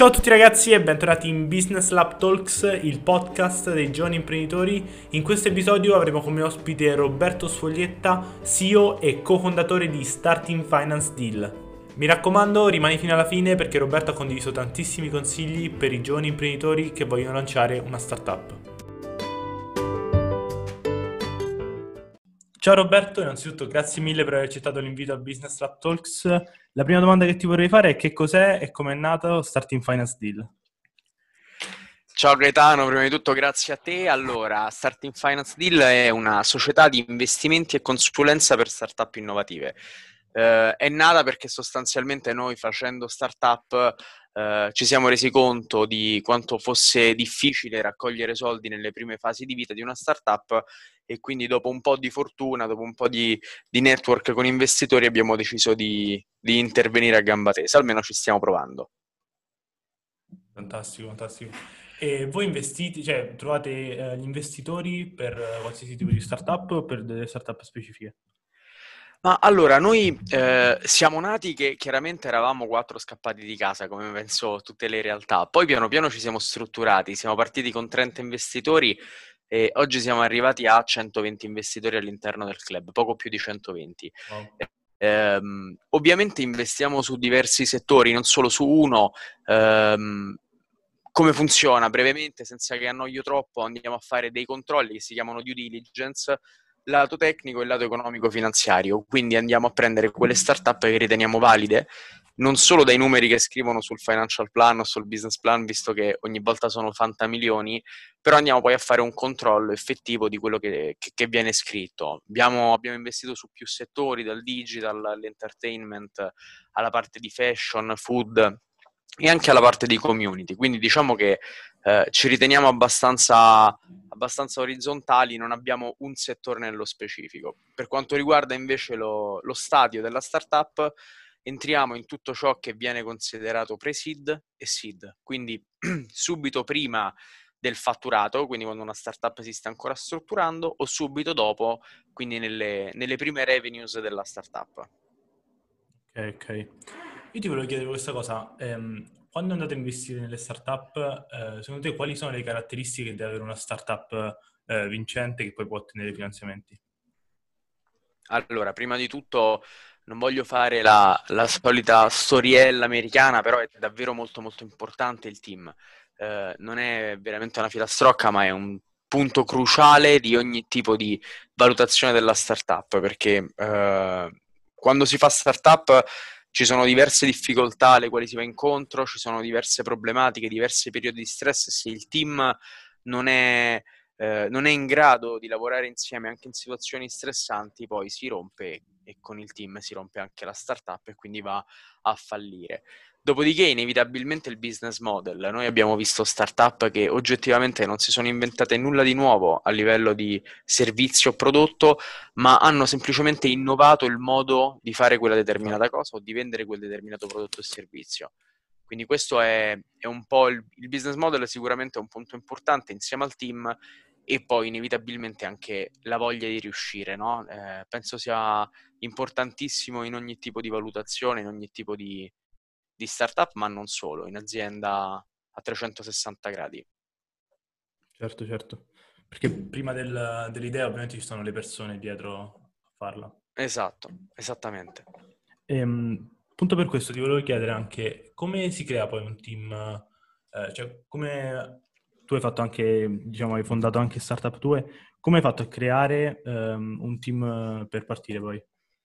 Ciao a tutti ragazzi e bentornati in Business Lab Talks, il podcast dei giovani imprenditori. In questo episodio avremo come ospite Roberto Sfoglietta, CEO e co-fondatore di Starting Finance Deal. Mi raccomando, rimani fino alla fine perché Roberto ha condiviso tantissimi consigli per i giovani imprenditori che vogliono lanciare una startup. Ciao Roberto, innanzitutto grazie mille per aver accettato l'invito a Business Lab Talks. La prima domanda che ti vorrei fare è che cos'è e come è nato Starting Finance Deal? Ciao Gaetano, prima di tutto grazie a te. Allora, Starting Finance Deal è una società di investimenti e consulenza per startup innovative. È nata perché sostanzialmente noi facendo startup ci siamo resi conto di quanto fosse difficile raccogliere soldi nelle prime fasi di vita di una startup e quindi dopo un po' di fortuna, dopo un po' di network con investitori abbiamo deciso di intervenire a gamba tesa, almeno ci stiamo provando. Fantastico, fantastico. E voi investite, cioè trovate gli investitori per qualsiasi tipo di startup o per delle startup specifiche? Ma allora, noi siamo nati che chiaramente eravamo quattro scappati di casa, come penso tutte le realtà. Poi piano piano ci siamo strutturati, siamo partiti con 30 investitori e oggi siamo arrivati a 120 investitori all'interno del club, poco più di 120. Wow. Ovviamente investiamo su diversi settori, non solo su uno. Come funziona? Brevemente, senza che annoio troppo, andiamo a fare dei controlli che si chiamano due diligence, lato tecnico e lato economico-finanziario. Quindi andiamo a prendere quelle startup che riteniamo valide, non solo dai numeri che scrivono sul financial plan o sul business plan, visto che ogni volta sono fantamilioni, però andiamo poi a fare un controllo effettivo di quello che viene scritto. Abbiamo investito su più settori, dal digital all'entertainment, alla parte di fashion, food e anche alla parte di community. Quindi diciamo che ci riteniamo abbastanza orizzontali, non abbiamo un settore nello specifico. Per quanto riguarda invece lo stadio della startup, entriamo in tutto ciò che viene considerato pre-seed e seed, quindi subito prima del fatturato, quindi quando una startup si sta ancora strutturando, o subito dopo, quindi nelle prime revenues della startup. Ok, ok. Io ti volevo chiedere questa cosa. Quando andate a investire nelle startup, secondo te quali sono le caratteristiche di avere una startup vincente che poi può ottenere finanziamenti? Allora, prima di tutto non voglio fare la solita storiella americana, però è davvero molto molto importante il team. Non è veramente una filastrocca, ma è un punto cruciale di ogni tipo di valutazione della startup, perché quando si fa startup ci sono diverse difficoltà alle quali si va incontro, ci sono diverse problematiche, diversi periodi di stress. Se il team non è non è in grado di lavorare insieme anche in situazioni stressanti, poi si rompe e con il team si rompe anche la startup e quindi va a fallire. Dopodiché, inevitabilmente il business model. Noi abbiamo visto startup che oggettivamente non si sono inventate nulla di nuovo a livello di servizio o prodotto, ma hanno semplicemente innovato il modo di fare quella determinata Esatto. cosa o di vendere quel determinato prodotto o servizio. Quindi questo è un po' il business model, sicuramente è un punto importante insieme al team e poi inevitabilmente anche la voglia di riuscire, no? Penso sia importantissimo in ogni tipo di valutazione, in ogni tipo di startup, ma non solo, in azienda a 360 gradi. Certo, certo. Perché prima dell'idea ovviamente ci sono le persone dietro a farla. Esatto, esattamente. Appunto per questo ti volevo chiedere anche come si crea poi un team, cioè come tu hai fatto anche, diciamo, hai fondato anche startup tue, come hai fatto a creare un team per partire poi?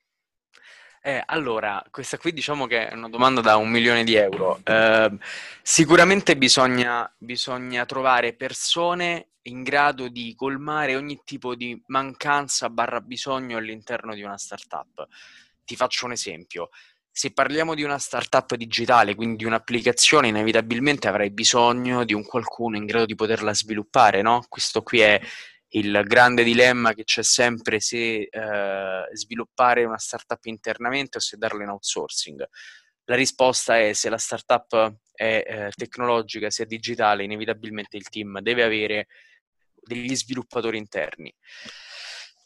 Allora, questa qui diciamo che è una domanda da 1 milione di euro. Sicuramente bisogna trovare persone in grado di colmare ogni tipo di mancanza barra bisogno all'interno di una startup. Ti faccio un esempio. Se parliamo di una startup digitale, quindi di un'applicazione, inevitabilmente avrai bisogno di un qualcuno in grado di poterla sviluppare, no? Questo qui è il grande dilemma che c'è sempre se sviluppare una startup internamente o se darla in outsourcing. La risposta è se la startup è tecnologica, se è digitale, inevitabilmente il team deve avere degli sviluppatori interni.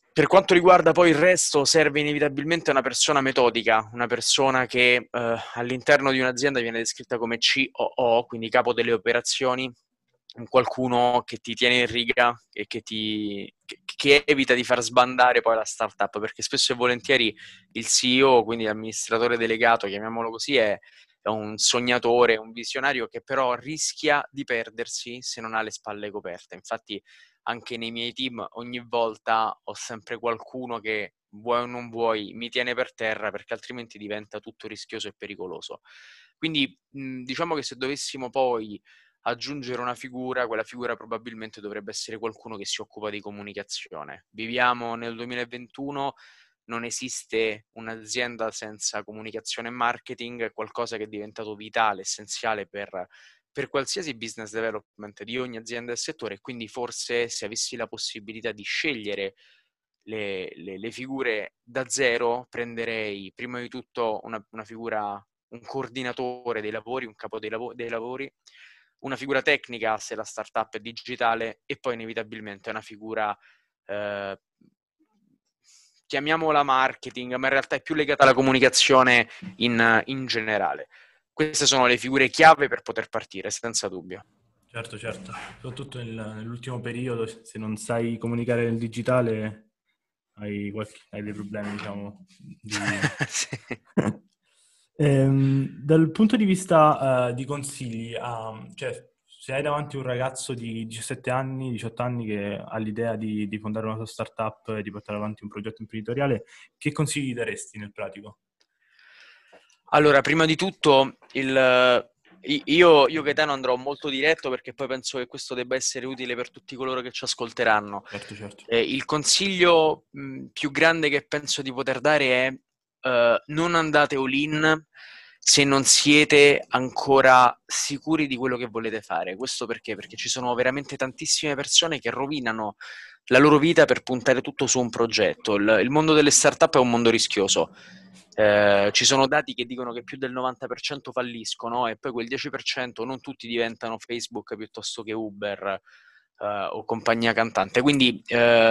Per quanto riguarda poi il resto, serve inevitabilmente una persona metodica, una persona che all'interno di un'azienda viene descritta come COO, quindi capo delle operazioni, qualcuno che ti tiene in riga e che evita di far sbandare poi la startup, perché spesso e volentieri il CEO, quindi l'amministratore delegato, chiamiamolo così, è un sognatore, un visionario che però rischia di perdersi se non ha le spalle coperte. Infatti anche nei miei team ogni volta ho sempre qualcuno che, vuoi o non vuoi, mi tiene per terra, perché altrimenti diventa tutto rischioso e pericoloso. Quindi diciamo che se dovessimo poi aggiungere una figura, quella figura probabilmente dovrebbe essere qualcuno che si occupa di comunicazione. Viviamo nel 2021, non esiste un'azienda senza comunicazione e marketing, è qualcosa che è diventato vitale, essenziale per qualsiasi business development di ogni azienda del settore. E quindi forse, se avessi la possibilità di scegliere le figure da zero, prenderei prima di tutto una figura, un coordinatore dei lavori, un capo dei lavori, una figura tecnica se la startup è digitale, e poi inevitabilmente una figura, eh, chiamiamola marketing, ma in realtà è più legata alla comunicazione in generale. Queste sono le figure chiave per poter partire, senza dubbio. Certo, certo, soprattutto nell'ultimo periodo, se non sai comunicare nel digitale, hai dei problemi, diciamo, di... Sì. Dal punto di vista, di consigli, cioè, se hai davanti un ragazzo di 17 anni, 18 anni che ha l'idea di fondare una sua startup e di portare avanti un progetto imprenditoriale, che consigli gli daresti nel pratico? Allora, prima di tutto, io Gaetano andrò molto diretto, perché poi penso che questo debba essere utile per tutti coloro che ci ascolteranno. Certo, certo. Il consiglio più grande che penso di poter dare è non andate all-in se non siete ancora sicuri di quello che volete fare. Questo perché? Perché ci sono veramente tantissime persone che rovinano la loro vita per puntare tutto su un progetto. Il mondo delle startup è un mondo rischioso. Ci sono dati che dicono che più del 90% falliscono, e poi quel 10% non tutti diventano Facebook piuttosto che Uber o compagnia cantante. Quindi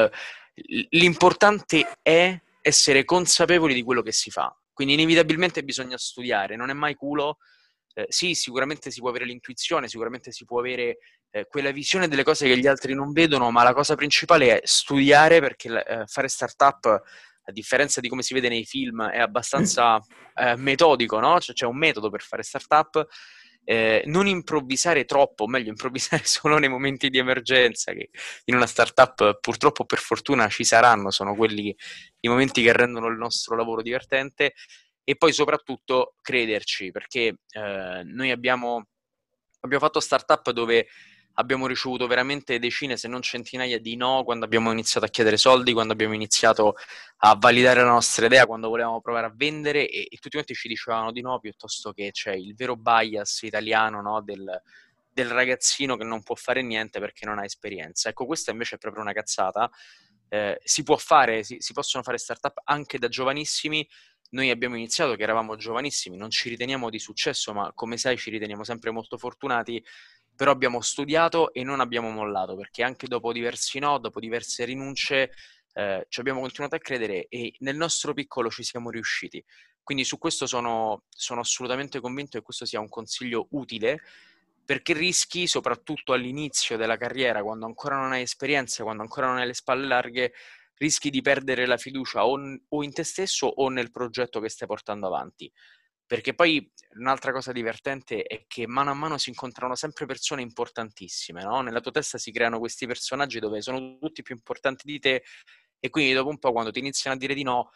l'importante è essere consapevoli di quello che si fa. Quindi inevitabilmente bisogna studiare, non è mai culo. Sì, sicuramente si può avere l'intuizione, sicuramente si può avere quella visione delle cose che gli altri non vedono, ma la cosa principale è studiare, perché fare startup, a differenza di come si vede nei film, è abbastanza metodico, no? Cioè, c'è un metodo per fare startup. Non improvvisare troppo, o meglio, improvvisare solo nei momenti di emergenza, che in una startup purtroppo, per fortuna, ci saranno, sono quelli i momenti che rendono il nostro lavoro divertente. E poi soprattutto crederci, perché noi abbiamo fatto startup dove abbiamo ricevuto veramente decine, se non centinaia di no quando abbiamo iniziato a chiedere soldi, quando abbiamo iniziato a validare la nostra idea, quando volevamo provare a vendere, e tutti quanti ci dicevano di no, piuttosto che c'è il vero bias italiano, no, del ragazzino che non può fare niente perché non ha esperienza. Ecco, questa invece è proprio una cazzata. Si può fare, si possono fare startup anche da giovanissimi. Noi abbiamo iniziato che eravamo giovanissimi, non ci riteniamo di successo, ma come sai ci riteniamo sempre molto fortunati. Però abbiamo studiato e non abbiamo mollato, perché anche dopo diversi no, dopo diverse rinunce, ci abbiamo continuato a credere, e nel nostro piccolo ci siamo riusciti. Quindi su questo sono assolutamente convinto che questo sia un consiglio utile, perché rischi, soprattutto all'inizio della carriera, quando ancora non hai esperienza, quando ancora non hai le spalle larghe, rischi di perdere la fiducia o in te stesso o nel progetto che stai portando avanti. Perché poi un'altra cosa divertente è che mano a mano si incontrano sempre persone importantissime, no? Nella tua testa si creano questi personaggi dove sono tutti più importanti di te, e quindi dopo un po', quando ti iniziano a dire di no,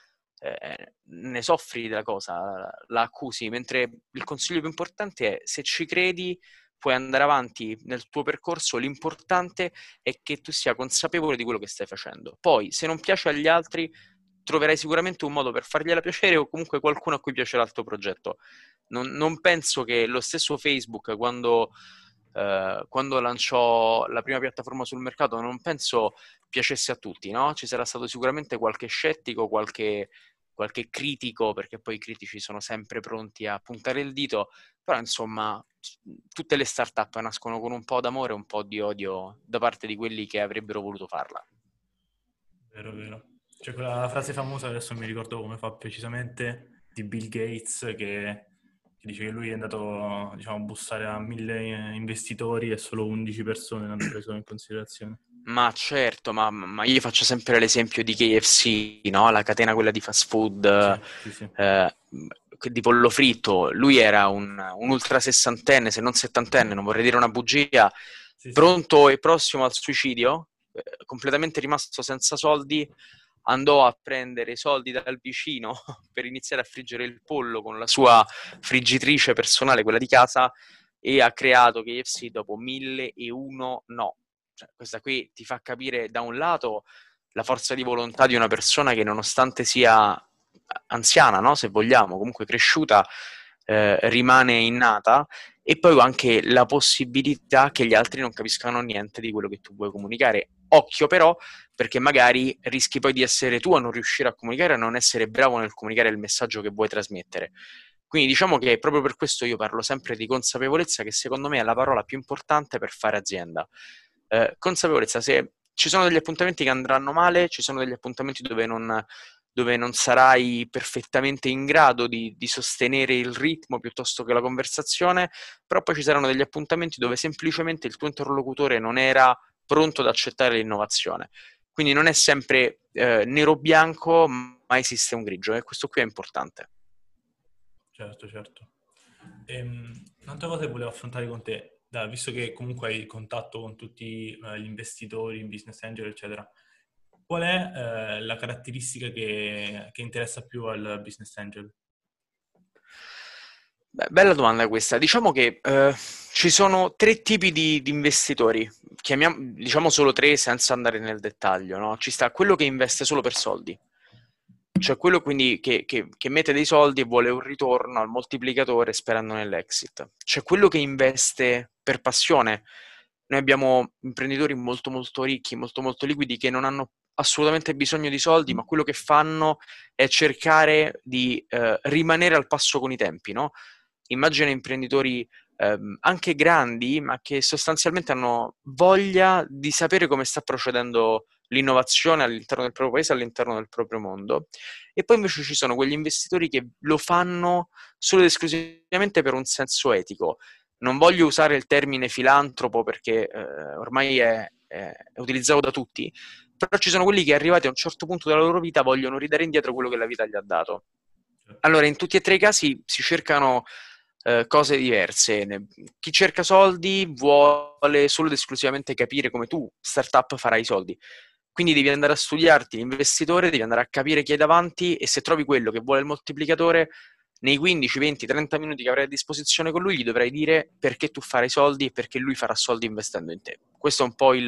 ne soffri della cosa, la accusi, mentre il consiglio più importante è: se ci credi puoi andare avanti nel tuo percorso, l'importante è che tu sia consapevole di quello che stai facendo. Poi, se non piace agli altri, troverai sicuramente un modo per fargliela piacere, o comunque qualcuno a cui piacerà il tuo progetto. Non penso che lo stesso Facebook, quando lanciò la prima piattaforma sul mercato, non penso piacesse a tutti, no? Ci sarà stato sicuramente qualche scettico, qualche critico, perché poi i critici sono sempre pronti a puntare il dito, però insomma tutte le start-up nascono con un po' d'amore e un po' di odio da parte di quelli che avrebbero voluto farla. Vero, vero. C'è quella frase famosa, adesso non mi ricordo come fa precisamente, di Bill Gates che dice che lui è andato, diciamo, a bussare a 1000 investitori e solo 11 persone l'hanno preso in considerazione. Ma certo, ma io faccio sempre l'esempio di KFC, no? La catena quella di fast food Sì, sì, sì. di pollo fritto. Lui era un ultra sessantenne, se non settantenne, non vorrei dire una bugia, Sì, sì. pronto e prossimo al suicidio, completamente rimasto senza soldi, andò a prendere i soldi dal vicino per iniziare a friggere il pollo con la sua friggitrice personale, quella di casa, e ha creato KFC dopo 1001 no. Cioè, questa qui ti fa capire da un lato la forza di volontà di una persona che nonostante sia anziana, no? Se vogliamo, comunque cresciuta, rimane innata, e poi anche la possibilità che gli altri non capiscano niente di quello che tu vuoi comunicare. Occhio però, perché magari rischi poi di essere tu a non riuscire a comunicare, a non essere bravo nel comunicare il messaggio che vuoi trasmettere. Quindi diciamo che proprio per questo io parlo sempre di consapevolezza, che secondo me è la parola più importante per fare azienda. Consapevolezza, se ci sono degli appuntamenti che andranno male, ci sono degli appuntamenti dove non sarai perfettamente in grado di sostenere il ritmo piuttosto che la conversazione, però poi ci saranno degli appuntamenti dove semplicemente il tuo interlocutore non era pronto ad accettare l'innovazione. Quindi non è sempre nero-bianco, ma esiste un grigio, e questo qui è importante. Certo, certo. Un'altra cosa che volevo affrontare con te, visto che comunque hai contatto con tutti gli investitori, business angel, eccetera, qual è la caratteristica che interessa più al business angel? Beh, bella domanda questa. Diciamo che ci sono tre tipi di investitori, diciamo solo tre senza andare nel dettaglio, no? Ci sta quello che investe solo per soldi, cioè quello quindi che mette dei soldi e vuole un ritorno al moltiplicatore sperando nell'exit. C'è quello che investe per passione. Noi abbiamo imprenditori molto molto ricchi, molto molto liquidi, che non hanno assolutamente bisogno di soldi, ma quello che fanno è cercare di rimanere al passo con i tempi, no? Immagina imprenditori anche grandi, ma che sostanzialmente hanno voglia di sapere come sta procedendo l'innovazione all'interno del proprio paese, all'interno del proprio mondo. E poi invece ci sono quegli investitori che lo fanno solo ed esclusivamente per un senso etico. Non voglio usare il termine filantropo perché ormai è utilizzato da tutti, però ci sono quelli che arrivati a un certo punto della loro vita vogliono ridare indietro quello che la vita gli ha dato. Allora, in tutti e tre i casi si cercano cose diverse. Chi cerca soldi vuole solo ed esclusivamente capire come tu, startup, farai i soldi. Quindi devi andare a studiarti l'investitore, devi andare a capire chi hai davanti, e se trovi quello che vuole il moltiplicatore, nei 15, 20, 30 minuti che avrai a disposizione con lui gli dovrai dire perché tu farai soldi e perché lui farà soldi investendo in te. Questo è un po'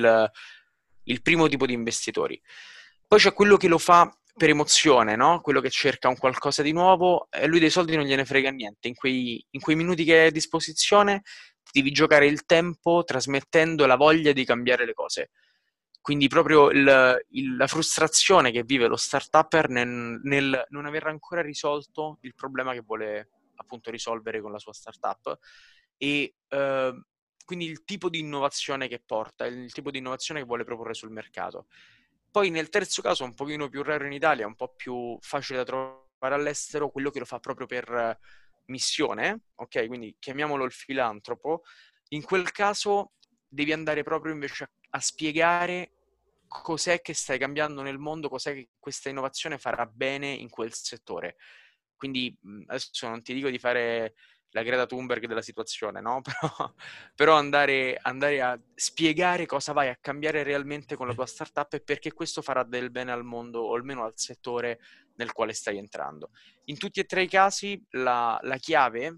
il primo tipo di investitori. Poi c'è quello che lo fa per emozione, no? Quello che cerca un qualcosa di nuovo, e lui dei soldi non gliene frega niente. In quei minuti che hai a disposizione ti devi giocare il tempo trasmettendo la voglia di cambiare le cose. Quindi proprio la frustrazione che vive lo startupper nel non aver ancora risolto il problema che vuole appunto risolvere con la sua startup, e quindi il tipo di innovazione che porta, il tipo di innovazione che vuole proporre sul mercato. Poi nel terzo caso, un pochino più raro in Italia, un po' più facile da trovare all'estero, quello che lo fa proprio per missione, ok? Quindi chiamiamolo il filantropo. In quel caso devi andare proprio invece a spiegare cos'è che stai cambiando nel mondo, cos'è che questa innovazione farà bene in quel settore. Quindi adesso non ti dico di fare la Greta Thunberg della situazione, no? Però andare a spiegare cosa vai a cambiare realmente con la tua startup e perché questo farà del bene al mondo, o almeno al settore nel quale stai entrando. In tutti e tre i casi la chiave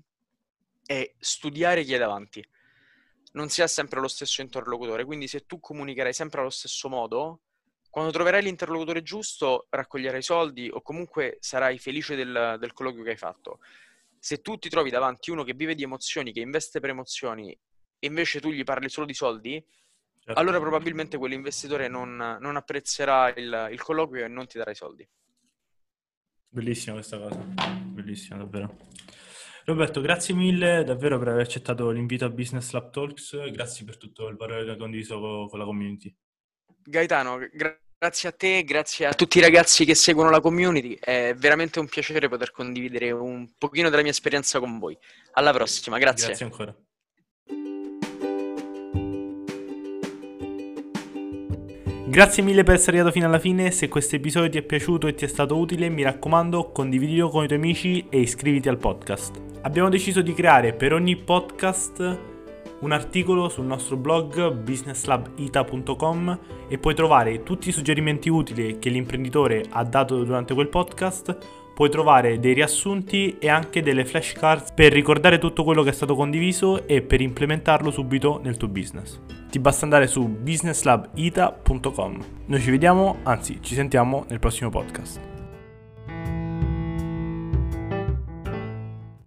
è studiare chi è davanti. Non si ha sempre lo stesso interlocutore, quindi se tu comunicherai sempre allo stesso modo, quando troverai l'interlocutore giusto raccoglierai i soldi, o comunque sarai felice del colloquio che hai fatto. Se tu ti trovi davanti uno che vive di emozioni, che investe per emozioni, e invece tu gli parli solo di soldi, Certo. allora probabilmente quell'investitore non apprezzerà il colloquio e non ti darà i soldi. Bellissima questa cosa, bellissima davvero. Roberto, grazie mille davvero per aver accettato l'invito a Business Lab Talks, grazie per tutto il valore che hai condiviso con la community. Gaetano, Grazie a te, grazie a tutti i ragazzi che seguono la community, è veramente un piacere poter condividere un pochino della mia esperienza con voi. Alla prossima, grazie. Grazie ancora. Grazie mille per essere arrivato fino alla fine. Se questo episodio ti è piaciuto e ti è stato utile, mi raccomando, condividilo con i tuoi amici e iscriviti al podcast. Abbiamo deciso di creare per ogni podcast un articolo sul nostro blog businesslabita.com e puoi trovare tutti i suggerimenti utili che l'imprenditore ha dato durante quel podcast. Puoi trovare dei riassunti e anche delle flashcards per ricordare tutto quello che è stato condiviso e per implementarlo subito nel tuo business. Ti basta andare su businesslabita.com. Noi ci vediamo, anzi ci sentiamo nel prossimo podcast.